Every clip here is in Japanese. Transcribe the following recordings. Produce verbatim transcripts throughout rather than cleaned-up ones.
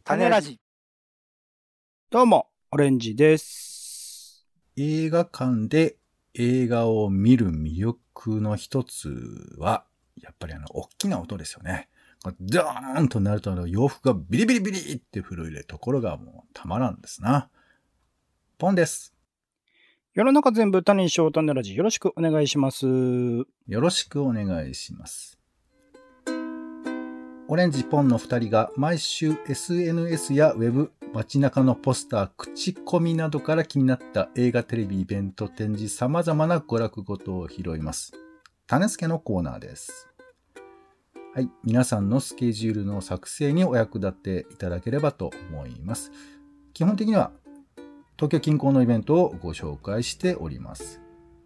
種ラジ。どうも、オレンジです。 映画館で映画を見る魅力の一つは、やっぱりあの、大きな音ですよね。ドーンとなるとあの洋服がビリビリビリって震えるところがもうたまらんですな。ポンです。 世の中全部種にしよう種ラジ。よろしくお願いします。よろしくお願いします。オレンジポンの二人が毎週 エスエヌエス やウェブ、街中のポスター、口コミなどから気になった映画、テレビ、イベント、展示、様々な娯楽ごとを拾います。種付けのコーナーです。はい。皆さんのスケジュールの作成にお役立ていただければと思います。基本的には東京近郊のイベントをご紹介しております。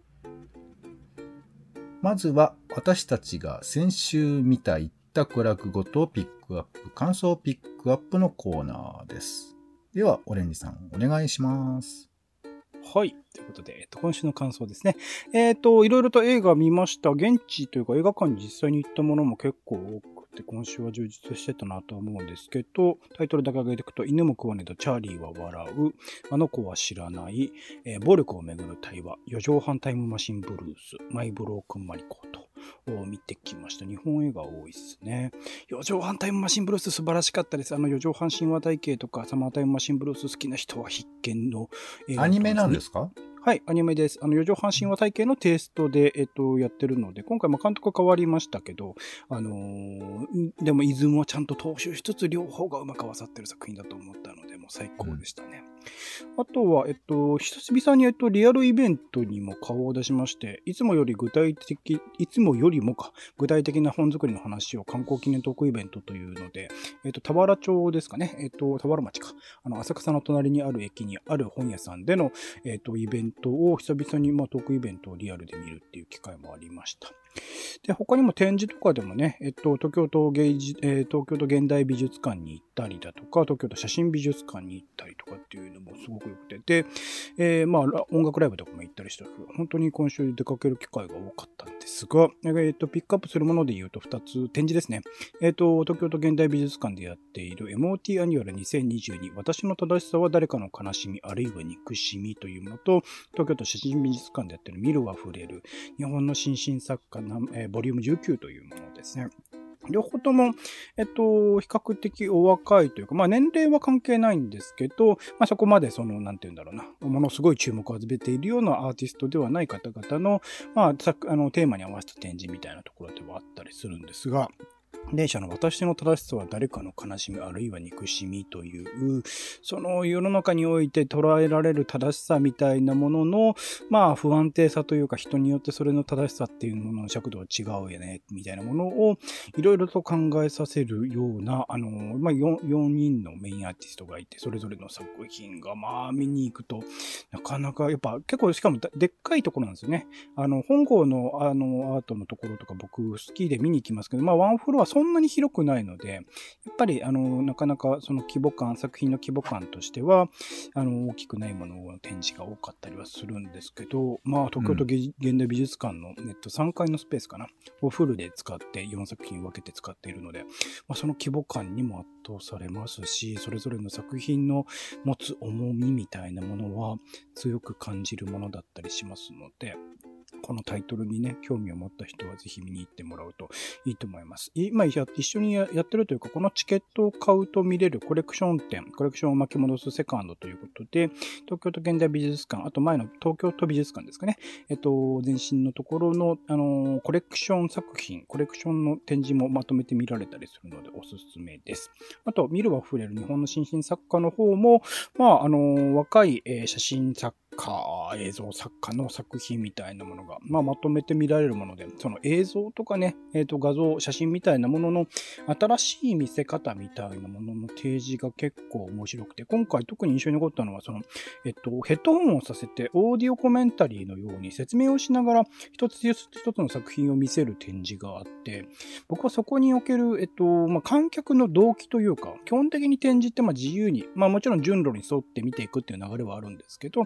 まずは私たちが先週見た行った娯楽ごとをピックアップ、感想ピックアップのコーナーです。では、オレンジさんお願いします。 はい。ということで、えっと、今週の感想ですね。えっと、いろいろと映画見ました。現地というか映画館に実際に行ったものも結構多くて、今週は充実してたなと思うんですけど、タイトルだけ挙げていくと、犬も食わねえとチャーリーは笑う、あの子は知らない、えー、暴力をめぐる対話、四畳半タイムマシンブルース、マイブロークンマリコと、を見てきました。日本映画多いですね。四畳半タイムマシンブルース素晴らしかったです。あの四畳半神話体系とかサマータイムマシンブルース好きな人は必見の映画、 アニメなんですか？ はい、アニメです。あの、四畳半神話体系のテイストで、えっと、やってるので、今回も監督変わりましたけど、あのー、でも、イズムをちゃんと踏襲しつつ、両方がうまく合わさってる作品だと思ったので、もう最高でしたね。うん、あとは、えっと、久々に、えっと、リアルイベントにも顔を出しまして、いつもより具体的、いつもよりもか、具体的な本作りの話を観光記念トークイベントというので、えっと、田原町ですかね、えっと、田原町か、あの、浅草の隣にある駅にある本屋さんでの、えっと、イベントを久々に、まあ、トークイベントをリアルで見るっていう機会もありました。で、他にも展示とかでもね、えっと、東京都芸術、えー、東京都現代美術館に行ったりだとか、東京都写真美術館に行ったりとかっていうのもすごく良くて、で、えー、まあ、音楽ライブとかも行ったりしたけど、本当に今週出かける機会が多かったんですが、えっと、ピックアップするもので言うとふたつ、展示ですね。えっと、東京都現代美術館でやっている エムオーティー アニュアルにせんにじゅうに、私の正しさは誰かの悲しみ、あるいは憎しみというものと、東京都写真美術館でやっている見るは触れる、日本の新進作家の、えー、ボリュームじゅうきゅうというものですね。両方とも、えっと、比較的お若いというか、まあ年齢は関係ないんですけど、まあそこまでその、なんて言うんだろうな、ものすごい注目を集めているようなアーティストではない方々の、まあ、あの、テーマに合わせた展示みたいなところではあったりするんですが、電車の私の正しさは誰かの悲しみあるいは憎しみという、その世の中において捉えられる正しさみたいなものの、まあ不安定さというか人によってそれの正しさっていうものの尺度は違うよね、みたいなものをいろいろと考えさせるような、あの、まあ 4, よにんのメインアーティストがいて、それぞれの作品がまあ見に行くと、なかなかやっぱ結構しかもでっかいところなんですよね。あの、本郷のあのアートのところとか僕好きで見に行きますけど、まあワンフロアそんなに広くないので、やっぱり、あの、なかなかその規模感、作品の規模感としては、あの、大きくないものの展示が多かったりはするんですけど、まあ、東京都現代美術館のネットさんがいのスペースかな、をフルで使ってよんさく品分けて使っているので、まあ、その規模感にも圧倒されますし、それぞれの作品の持つ重みみたいなものは強く感じるものだったりしますので、このタイトルにね、興味を持った人はぜひ見に行ってもらうといいと思います。今一緒にやってるというか、このチケットを買うと見れるコレクション展、コレクションを巻き戻すセカンドということで、東京都現代美術館、あと前の東京都美術館ですかね、えっと、前身のところの、あの、コレクション作品、コレクションの展示もまとめて見られたりするのでおすすめです。あと、見るは触れる日本の新進作家の方も、まあ、あの、若い、えー、写真作家、映像作家の作品みたいなものが、まあ、まとめて見られるもので、その映像とかね、えっと、画像、写真みたいなものの新しい見せ方みたいなものの提示が結構面白くて、今回特に印象に残ったのは、その、えっと、ヘッドホンをさせて、オーディオコメンタリーのように説明をしながら、一つ一つの作品を見せる展示があって、僕はそこにおける、えっと、まあ、観客の動機というか、基本的に展示ってまあ自由に、まあもちろん順路に沿って見ていくっていう流れはあるんですけど、基本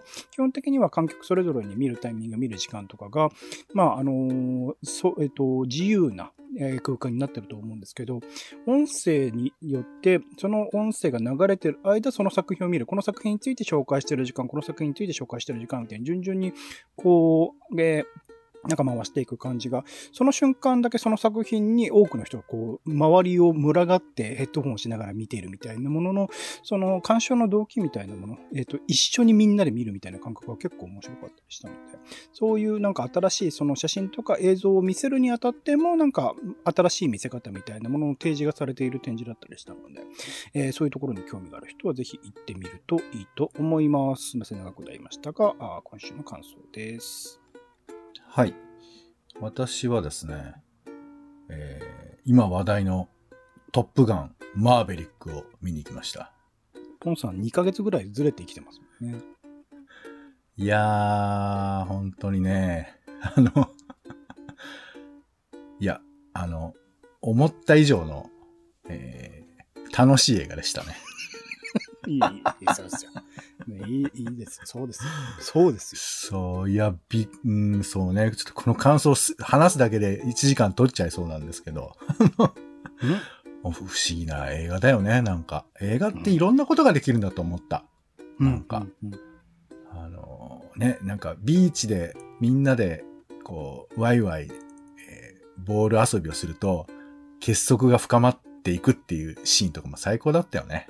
本的には観客それぞれに見るタイミング、見る時間とかが、まあ、あのー、そ、えっと、自由な空間になってると思うんですけど、音声によって、その音声が流れてる間、その作品を見る。この作品について紹介してる時間、この作品について紹介してる時間みたいに順々に、こう、えーなんか回していく感じが、その瞬間だけその作品に多くの人がこう、周りを群がってヘッドホンをしながら見ているみたいなものの、その鑑賞の動機みたいなもの、えっと、一緒にみんなで見るみたいな感覚が結構面白かったりしたので、そういうなんか新しいその写真とか映像を見せるにあたっても、なんか新しい見せ方みたいなものの提示がされている展示だったりしたので、えー、そういうところに興味がある人はぜひ行ってみるといいと思います。すみません、長くなりましたが、あ今週の感想です。 はい。私はですね、えー、今話題のトップガンマーベリックを見に行きました。 ポンさんにかげつぐらいずれて生きてますもんね。 いやー、本当にね、あの、いや、あの、思った以上の、えー、楽しい映画でしたね。 いい、いい、そうですよ。ね、いい、いいですよ。そうですよ。そうですよ。 そう、いや、び、うん、そうね。ちょっとこの感想を話すだけでいちじかん取っちゃいそうなんですけど。不思議な映画だよね、なんか。映画っていろんなことができるんだと思った。うん、なんか、うんうんうん、あの、ね、なんかビーチでみんなで、こう、ワイワイ、えー、ボール遊びをすると、結束が深まっていくっていうシーンとかも最高だったよね。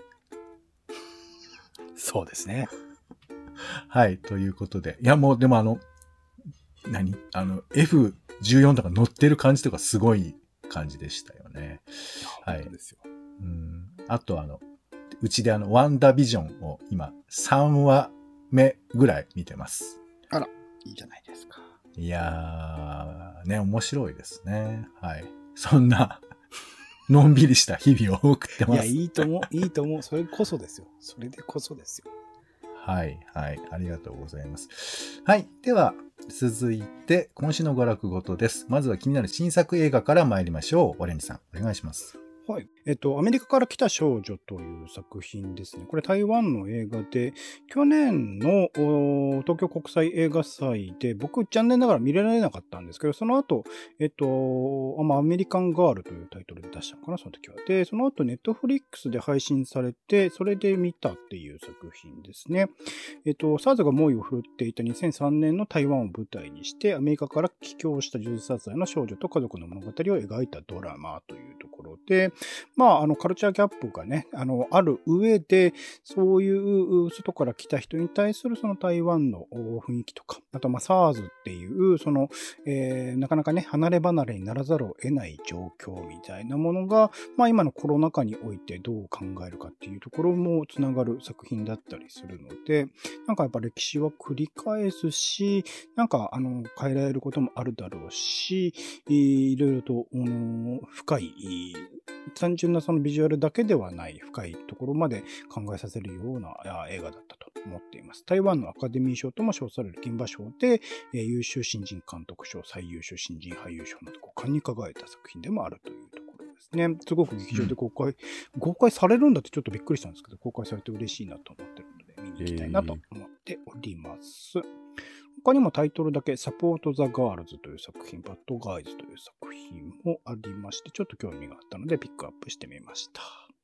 そうですね。 はい、ということで。いや、もう、でもあの、何あの、エフじゅうよん とか乗ってる感じとかすごい感じでしたよね。 はい。そうですよ。 うん。あとあの、うちであの、ワンダービジョンを今、さんわめぐらい見てます。 あら、いいじゃないですか。 いやー、ね、面白いですね。はい。そんな、のんびりした日々を送ってます。 いや、いいと思う、いいと思う。それこそですよ。それでこそですよ。 はい、はい。ありがとうございます。はい。では、続いて、今週の娯楽ごとです。まずは気になる新作映画から参りましょう。オレンジさん、お願いします。 はい。えっと、アメリカから来た少女という作品ですね。これ台湾の映画で、去年の東京国際映画祭で、僕残念ながら見られなかったんですけど、その後、えっと、まあ、アメリカンガールというタイトルで出したのかな、その時は。で、その後、ネットフリックスで配信されて、それで見たっていう作品ですね。えっと、SARS が猛威を振るっていたにせんさんねんの台湾を舞台にして、アメリカから帰郷したじゅうはっさいの少女と家族の物語を描いたドラマというところで、まあ、あの、カルチャーギャップがね、あの、ある上で、そういう外から来た人に対するその台湾の雰囲気とか、あと、まあ、SARS っていう、その、えー、なかなかね、離れ離れにならざるを得ない状況みたいなものが、まあ、今のコロナ禍においてどう考えるかっていうところもつながる作品だったりするので、なんかやっぱ歴史は繰り返すし、なんか、あの、変えられることもあるだろうし、いろいろと、あの、深い、単純なそのビジュアルだけではない深いところまで考えさせるような映画だったと思っています。台湾のアカデミー賞とも称される銀馬賞で、えー、優秀新人監督賞、最優秀新人俳優賞など冠に輝いた作品でもあるというところですね。すごく劇場で公開、うん、公開されるんだってちょっとびっくりしたんですけど、公開されて嬉しいなと思ってるので、見に行きたいなと思っております。他にもタイトルだけサポートザガールズという作品、バッドガイズという作品もありまして、ちょっと興味があったのでピックアップしてみました。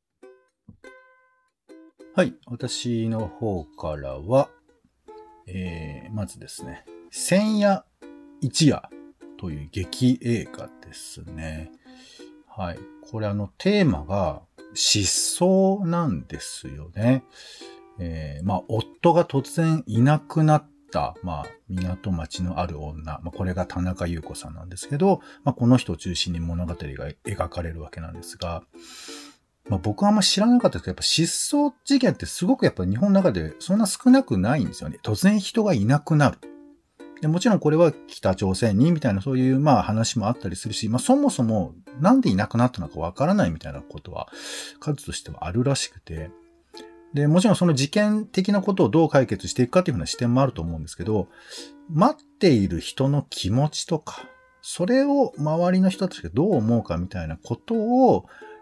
はい。私の方からは、えー、まずですね、千夜一夜という劇映画ですね。はい。これあのテーマが失踪なんですよね。えー、まあ夫が突然いなくなってまあ、港町のある女。まあ、これが田中優子さんなんですけど、まあ、この人を中心に物語が描かれるわけなんですが、まあ、僕はあんま知らなかったですけど、やっぱ失踪事件ってすごくやっぱ日本の中でそんな少なくないんですよね。突然人がいなくなる。でもちろんこれは北朝鮮にみたいなそういうまあ話もあったりするし、まあそもそもなんでいなくなったのかわからないみたいなことは数としてはあるらしくて、で、もちろんその事件的なことをどう解決していくかというふうな視点もあると思うんですけど、待っている人の気持ちとか、それを周りの人たちがどう思うかみたいなことを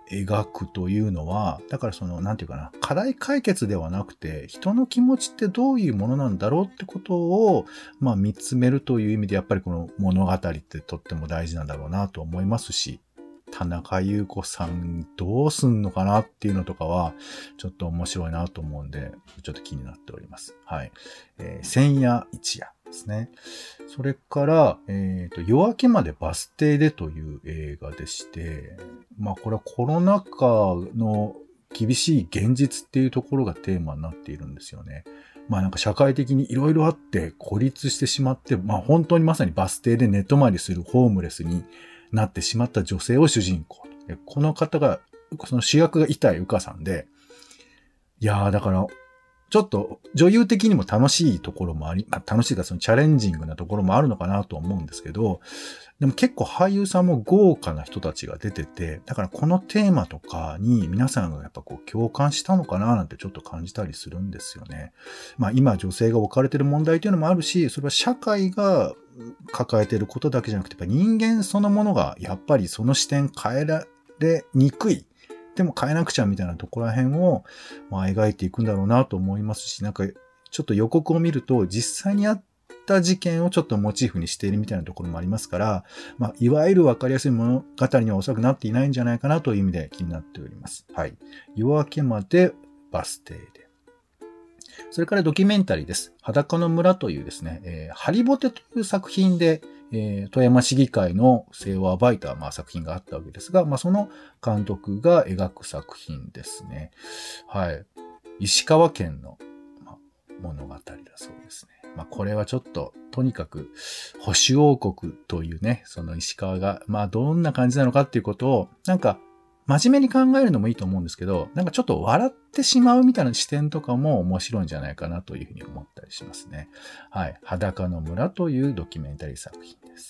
描くというのは、だからその、なんていうかな、課題解決ではなくて、人の気持ちってどういうものなんだろうってことを、まあ見つめるという意味で、やっぱりこの物語ってとっても大事なんだろうなと思いますし、田中優子さんどうすんのかなっていうのとかは、ちょっと面白いなと思うんで、ちょっと気になっております。はい。えー、千夜一夜ですね。それから、えっと、夜明けまでバス停でという映画でして、まあこれはコロナ禍の厳しい現実っていうところがテーマになっているんですよね。まあなんか社会的にいろいろあって孤立してしまって、まあ本当にまさにバス停で寝泊まりするホームレスになってしまった女性を主人公。この方が、その主役が板井由香さんで、いやーだから、ちょっと女優的にも楽しいところもあり、まあ、楽しいかそのチャレンジングなところもあるのかなと思うんですけど、でも結構俳優さんも豪華な人たちが出てて、だからこのテーマとかに皆さんがやっぱこう共感したのかななんてちょっと感じたりするんですよね。まあ今女性が置かれている問題というのもあるし、それは社会が抱えていることだけじゃなくて、やっぱ人間そのものがやっぱりその視点変えられにくい。でも変えなくちゃみたいなところら辺を、まあ、描いていくんだろうなと思いますし、なんかちょっと予告を見ると実際にあった事件をちょっとモチーフにしているみたいなところもありますから、まあ、いわゆるわかりやすい物語にはおそらくなっていないんじゃないかなという意味で気になっております。はい。夜明けまでバス停で。それからドキュメンタリーです。裸の村というですね、えー、ハリボテという作品で、えー、富山市議会の正を暴いた、まあ、作品があったわけですが、まあ、その監督が描く作品ですね。はい。石川県の、まあ、物語だそうですね。まあ、これはちょっと、とにかく、保守王国というね、その石川が、まあ、どんな感じなのかっていうことを、なんか、真面目に考えるのもいいと思うんですけど、なんかちょっと笑ってしまうみたいな視点とかも面白いんじゃないかなというふうに思ったりしますね。はい。裸の村というドキュメンタリー作品です。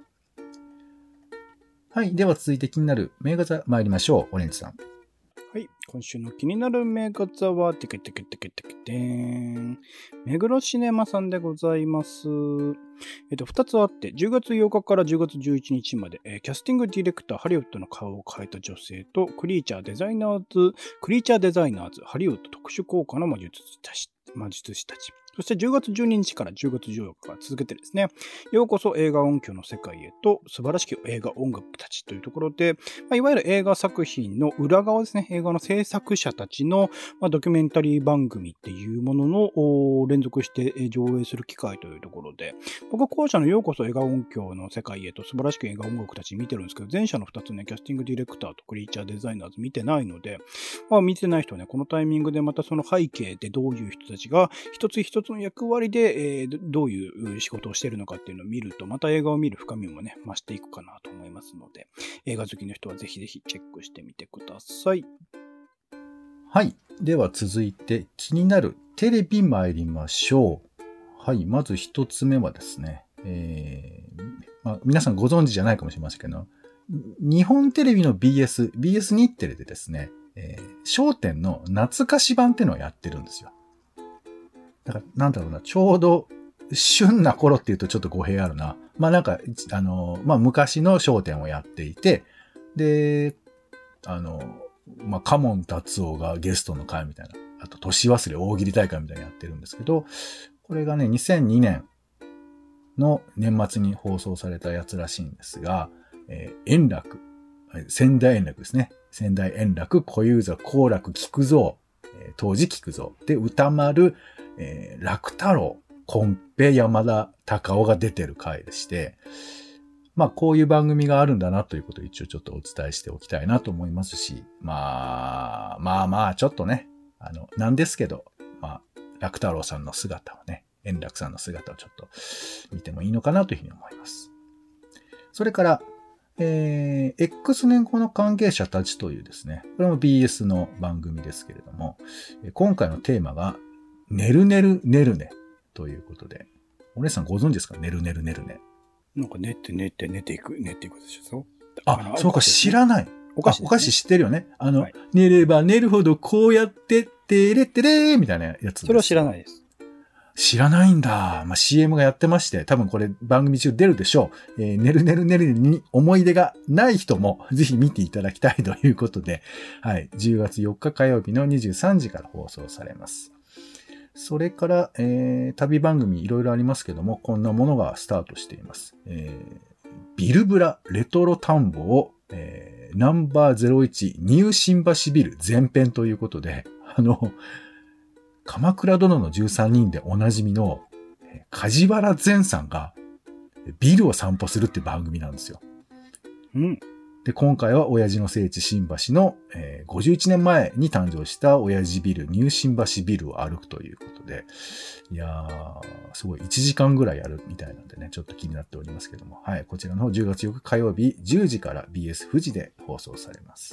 はい。では続いて気になる名画座参りましょう。オレンジさん。 はい。今週の気になる名画座は、テケテケテケテケテーン。目黒シネマさんでございます。えっと、二つあって、じゅうがつようかからじゅうがつじゅういちにちまで、えー、キャスティングディレクター、ハリウッドの顔を変えた女性と、クリーチャーデザイナーズ、クリーチャーデザイナーズ、ハリウッド特殊効果の魔術師たち。魔術師たち。そしてじゅうがつじゅうににちからじゅうがつじゅうよっかから続けてですね、ようこそ映画音響の世界へと素晴らしき映画音楽たちというところで、まあ、いわゆる映画作品の裏側ですね、映画の制作者たちの、まあ、ドキュメンタリー番組っていうものの連続して上映する機会というところで、僕は後者のようこそ映画音響の世界へと素晴らしき映画音楽たち見てるんですけど、前者のふたつね、キャスティングディレクターとクリーチャーデザイナーズ見てないので、まあ、見てない人はね、このタイミングでまたその背景でどういう人たちが一つ一つの役割で、えー、どういう仕事をしているのかっていうのを見ると、また映画を見る深みもね、増していくかなと思いますので、映画好きの人はぜひぜひチェックしてみてください。 はい。では続いて気になるテレビ参りましょう。はい。まず一つ目はですね、えーまあ、皆さんご存知じゃないかもしれませんけど、日本テレビの ビーエス、ビーエス 日テレでですね、えー、笑点の懐かし版っていうのをやってるんですよ。だから、なんだろうな、ちょうど、旬な頃っていうとちょっと語弊あるな。まあなんか、あの、まあ昔の笑点をやっていて、で、あの、まあカモン達夫がゲストの会みたいな、あと年忘れ大喜利大会みたいなのやってるんですけど、これがね、にせんにねんの年末に放送されたやつらしいんですが、えー、円楽、仙台円楽ですね。仙台円楽、小遊三、好楽、菊蔵、えー、当時菊蔵。で、歌丸、えー、楽太郎、コンペ、山田隆夫が出てる回でして、まあこういう番組があるんだなということを一応ちょっとお伝えしておきたいなと思いますし、まあ、まあまあちょっとね、あの、なんですけど、まあ、楽太郎さんの姿をね、円楽さんの姿をちょっと見てもいいのかなというふうに思います。それから、えー、X 年後の関係者たちというですね、これも ビーエス の番組ですけれども、今回のテーマが、ねるねるねるねということで、お姉さんご存知ですか？ねるねるねるね。 なんか寝て寝て寝ていく、寝ていくでしょ？ あ、そうか、知らない。 お菓子、ね、 お菓子知ってるよね。あの、はい、寝れば寝るほどこうやって、てれってれーみたいなやつ。 それは知らないです。 知らないんだ。まあ、シーエム がやってまして、多分これ番組中出るでしょう。えー、ねるねるねるに思い出がない人もぜひ見ていただきたいということで、はい。じゅうがつよっか火曜日のにじゅうさんじから放送されます。それから、えー、旅番組いろいろありますけども、こんなものがスタートしています。えー、ビルブラレトロ田んぼを、えー、ナンバーゼロいちニュー新橋ビル前編ということで、あの、鎌倉殿のじゅうさんにんでおなじみの梶原善さんがビルを散歩するって番組なんですよ。 うん。 で、今回は親父の聖地新橋の、えー、ごじゅういちねんまえに誕生した親父ビル、ニュー新橋ビルを歩くということで、いやー、すごいいちじかんぐらいやるみたいなんでね、ちょっと気になっておりますけども、はい、こちらの方じゅうがつよっか火曜日じゅうじから ビーエス 富士で放送されます。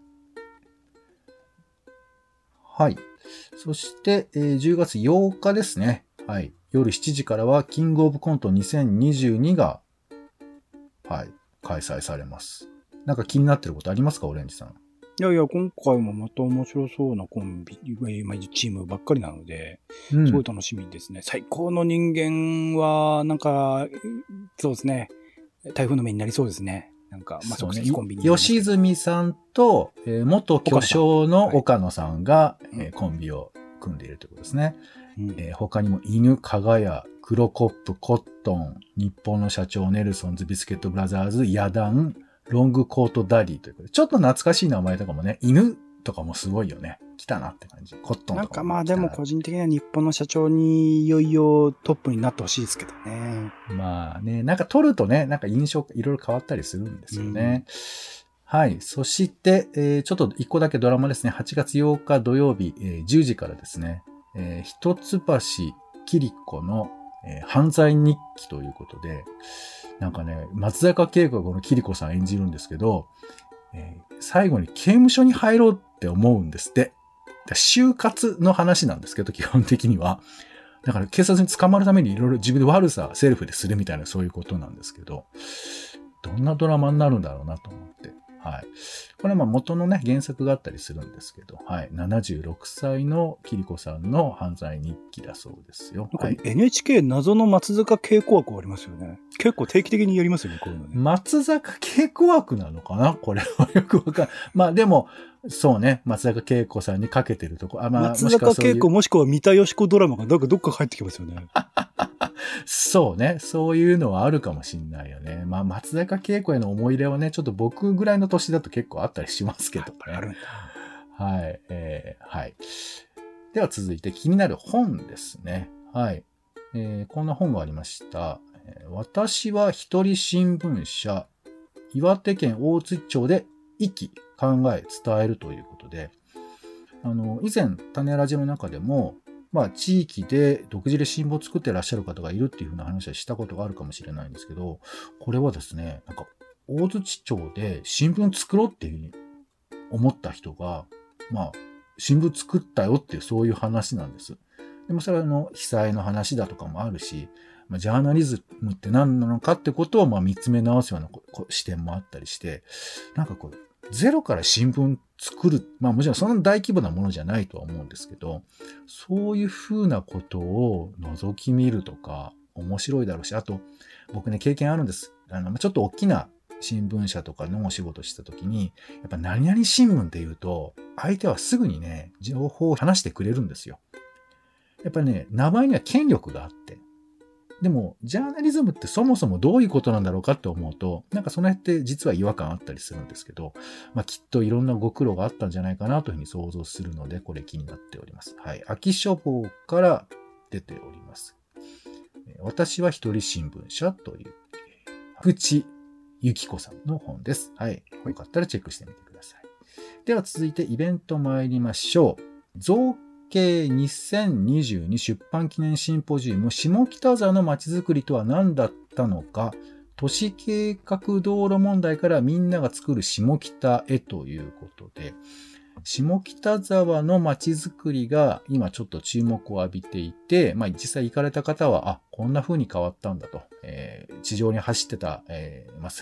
はい。そして、えー、じゅうがつようかですね。はい。夜しちじからは、キングオブコントにせんにじゅうにが、はい、開催されます。なんか気になってることありますか、オレンジさん。 いやいや、今回もまた面白そうなコンビ、チームばっかりなので、うん、すごい楽しみですね。最高の人間は、なんか、そうですね。台風の目になりそうですね。なんか、まあ、即席コンビに。 吉住さんと、えー、元巨匠の岡野さんが、はい、えー、コンビを組んでいるということですね。うんえー、他にも犬、かがや、黒コップ、コットン、日本の社長、ネルソンズ、ビスケットブラザーズ、ヤダン、ロングコートダディということで、ちょっと懐かしい名前とかもね、犬とかもすごいよね。来たなって感じ。コットンとか。 なんかまあでも個人的には日本の社長にいよいよトップになってほしいですけどね。 まあね、なんか撮るとね、なんか印象いろいろ変わったりするんですよね。うん、はい。そして、えー、ちょっと一個だけドラマですね。はちがつようか土曜日、えー、じゅうじからですね、えー、一橋桐子の、えー、犯罪日記ということで、なんかね、松坂慶子がこの桐子さん演じるんですけど、えー、最後に刑務所に入ろうって思うんですって。就活の話なんですけど、基本的には。だから警察に捕まるためにいろいろ自分で悪さ、セルフでするみたいなそういうことなんですけど、どんなドラマになるんだろうなと思って。はい。これはまあ元のね、原作があったりするんですけど、はい。ななじゅうろくさいの桐子さんの犯罪日記だそうですよ。 なんか エヌエイチケー 謎の松坂慶子枠ありますよね。結構定期的にやりますよね、こういうのね。 松坂慶子枠なのかなこれはよくわかんない。まあでも、そうね、松坂慶子さんにかけてるとこ。あまあ、 松坂慶子もしくは三田佳子ドラマがなんかどっか入ってきますよね。 そうね。そういうのはあるかもしんないよね。まあ、松坂慶子への思い入れはね、ちょっと僕ぐらいの年だと結構あったりしますけど、ね。 あるんだ。 はい。えー、はい。では続いて気になる本ですね。はい。えー、こんな本がありました。えー、私は一人新聞社、岩手県大津町で生き、考え、伝えるということで、あの、以前、種ラジの中でも、まあ、地域で独自で新聞を作ってらっしゃる方がいるっていうふうな話はしたことがあるかもしれないんですけど、これはですね、なんか、大槌町で新聞作ろうっていうふうに思った人が、まあ、新聞作ったよっていうそういう話なんです。でもそれはあの、被災の話だとかもあるし、まあ、ジャーナリズムって何なのかってことをまあ見つめ直すような視点もあったりして、なんかこう、ゼロから新聞作る。まあもちろんそんな大規模なものじゃないとは思うんですけど、そういうふうなことを覗き見るとか面白いだろうし、あと僕ね経験あるんです。あの、ちょっと大きな新聞社とかのお仕事した時に、やっぱ何々新聞って言うと、相手はすぐにね、情報を話してくれるんですよ。やっぱりね、名前には権力があって、でも、ジャーナリズムってそもそもどういうことなんだろうかって思うと、なんかその辺って実は違和感あったりするんですけど、まあきっといろんなご苦労があったんじゃないかなというふうに想像するので、これ気になっております。はい。秋書房から出ております。私は一人新聞社という、福地由紀子さんの本です。はい。よかったらチェックしてみてください。では続いてイベント参りましょう。造形にせんにじゅうに出版記念シンポジウム下北沢のまちづくりとは何だったのか、都市計画道路問題からみんなが作る下北へということで、下北沢のまちづくりが今ちょっと注目を浴びていて、まあ実際行かれた方は、あ、こんな風に変わったんだと、えー、地上に走ってた、えーまあ、線、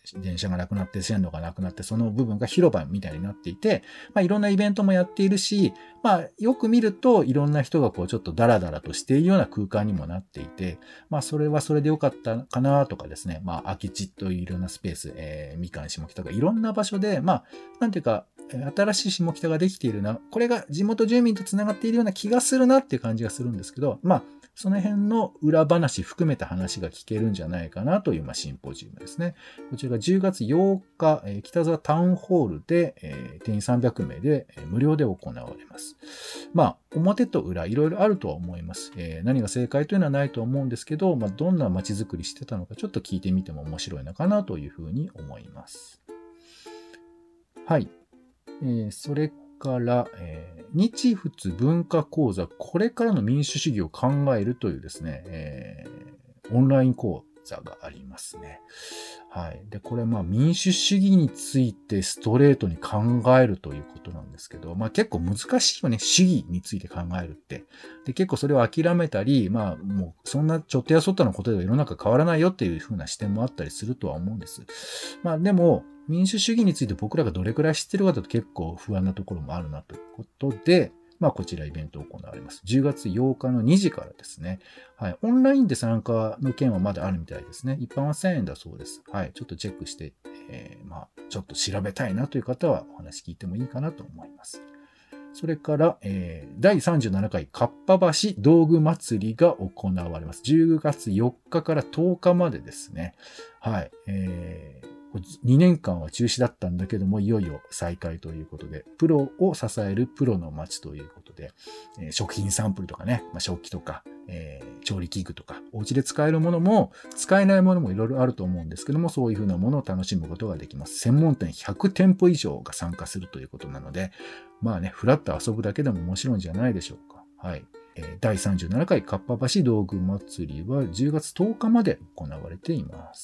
電車がなくなって線路がなくなってその部分が広場みたいになっていて、まあいろんなイベントもやっているし、まあよく見るといろんな人がこうちょっとダラダラとしているような空間にもなっていて、まあそれはそれでよかったかなとかですね、まあ空き地といういろんなスペース、えー、みかん下北がいろんな場所で、まあなんていうか、新しい下北ができているな、これが地元住民とつながっているような気がするなっていう感じがするんですけど、まあその辺の裏話含めた話が聞けるんじゃないかなという、まあ、シンポジウムですね。こちらがじゅうがつようか、えー、北沢タウンホールで、えー、定員さんびゃくめいで、えー、無料で行われます。まあ、表と裏、いろいろあるとは思います。えー、何が正解というのはないと思うんですけど、まあ、どんな街づくりしてたのかちょっと聞いてみても面白いのかなというふうに思います。はい。えー、それから、えー、日仏文化講座、これからの民主主義を考えるというですね、えー、オンライン講座がありますね。はい。で、これまあ民主主義についてストレートに考えるということなんですけど、まあ結構難しいよね。主義について考えるって。で、結構それを諦めたり、まあもうそんなちょっとやそっとのことでは世の中変わらないよっていう風な視点もあったりするとは思うんです。まあでも、民主主義について僕らがどれくらい知ってるかだと結構不安なところもあるなということで、まあこちらイベントを行われます。じゅうがつようかのにじからですね。はい。オンラインで参加の件はまだあるみたいですね。一般はせんえんだそうです。はい。ちょっとチェックして、えー、まあちょっと調べたいなという方はお話聞いてもいいかなと思います。それから、えー、だいさんじゅうななかいかっぱ橋道具祭りが行われます。じゅうがつよっかからとおかまでですね。はい。えーにねんかんは中止だったんだけども、いよいよ再開ということで、プロを支えるプロの街ということで、えー、食品サンプルとかね、まあ、食器とか、えー、調理器具とか、お家で使えるものも、使えないものもいろいろあると思うんですけども、そういうふうなものを楽しむことができます。専門店ひゃくてんぽ以上が参加するということなので、まあね、フラッと遊ぶだけでも面白いんじゃないでしょうか。はい。えー、だいさんじゅうななかいかっぱ橋道具祭りはじゅうがつとおかまで行われています。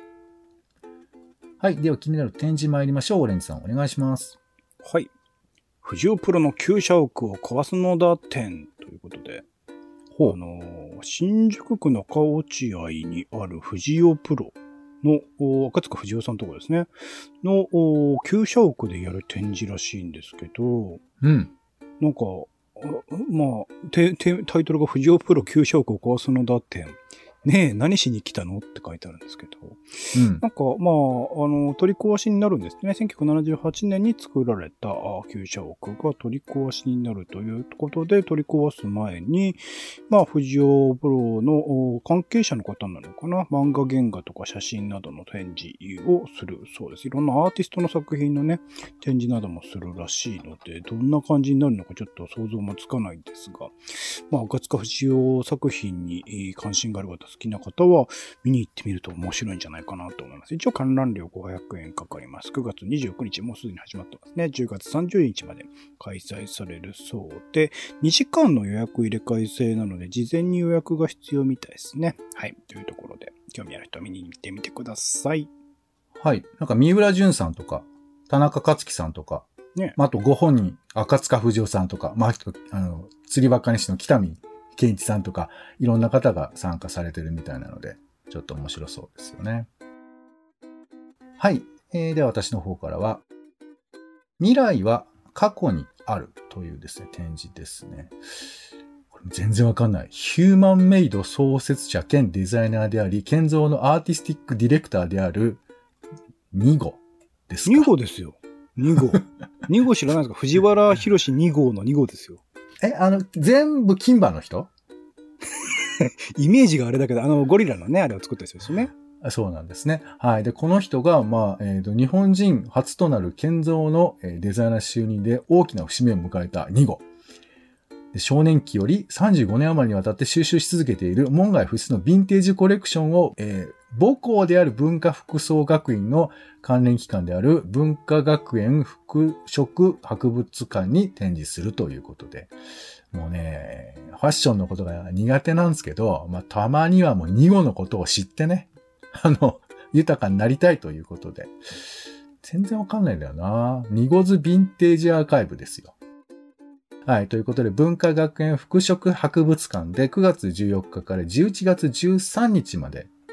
はい。では気になる展示参りましょう。オレンジさんお願いします。 はい。藤尾プロの旧社屋を壊すのだ展ということで、ほうあの新宿区中落合にある藤尾プロの赤塚藤尾さんのところですねの旧社屋でやる展示らしいんですけど、 うん、 なんかまあててタイトルが藤尾プロ旧社屋を壊すのだ展。ねえ、何しに来たのって書いてあるんですけど。うん、なんか、まあ、あの、取り壊しになるんですね。せんきゅうひゃくななじゅうはちねんに作られた旧社屋が取り壊しになるということで、取り壊す前に、まあ、藤尾プロの関係者の方なのかな。漫画原画とか写真などの展示をするそうです。いろんなアーティストの作品のね、展示などもするらしいので、どんな感じになるのかちょっと想像もつかないんですが、まあ、赤塚藤尾作品に関心がある方、好きな方は見に行ってみると面白いんじゃないかなと思います。一応観覧料ごひゃくえんかかります。くがつにじゅうくにち、もうすでに始まってますね。じゅうがつさんじゅうにちまで開催されるそうで、にじかんの予約入れ替え制なので、事前に予約が必要みたいですね。はい。というところで、興味ある人は見に行ってみてください。 はい。なんか三浦淳さんとか、田中克樹さんとか、ね、あとご本人、赤塚不二夫さんとか、まあ、あの、釣りばっかりしの北見健一さんとか、いろんな方が参加されてるみたいなので、ちょっと面白そうですよね。はい。えー、では私の方からは、未来は過去にあるというですね、展示ですね。これ全然わかんない。ヒューマンメイド創設者兼デザイナーであり、建造のアーティスティックディレクターであるにごですか。 にごですよ。にご。にご知らないですか？藤原宏にごのにごですよ。 え、あの、全部金馬の人？ イメージがあれだけど、あの、ゴリラのね、あれを作った人ですよね。 そうなんですね。はい。で、この人が、まあ、えっと、日本人初となる建造のデザイナー就任で大きな節目を迎えたにご。で少年期よりさんじゅうごねん余りにわたって収集し続けている門外不出のヴィンテージコレクションを、えー、母校である文化服装学院の関連機関である文化学園服飾博物館に展示するということで、もうね、ファッションのことが苦手なんですけど、まあ、たまにはもうにごのことを知ってね、あの、豊かになりたいということで、全然わかんないんだよな。にごズヴィンテージアーカイブですよ。はい。ということで、文化学園服飾博物館でくがつじゅうよっかからじゅういちがつじゅうさんにちまで、はい、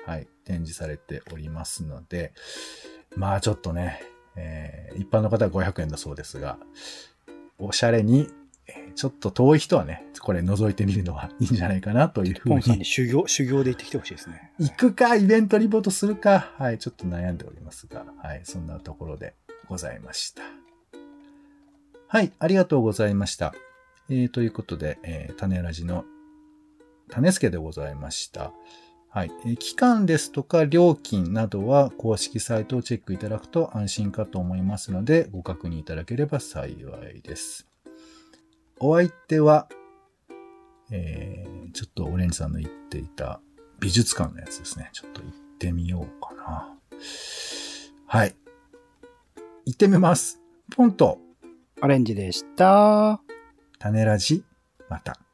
展示されておりますので、まあちょっとね、えー、一般の方はごひゃくえんだそうですが、おしゃれに、ちょっと遠い人はね、これ覗いてみるのはいいんじゃないかなというふうに。 ポンさんに修行、修行で行ってきてほしいですね。 行くか、イベントリポートするか、はい、ちょっと悩んでおりますが、はい、そんなところでございました。はい、ありがとうございました。えー、ということで、えー、種ラジの種助でございました。はい、えー。期間ですとか料金などは公式サイトをチェックいただくと安心かと思いますので、ご確認いただければ幸いです。お相手は、えー、ちょっとオレンジさんの言っていた美術館のやつですね。ちょっと行ってみようかな。はい。行ってみます。ポンと。 オレンジでした。 種ラジ、また。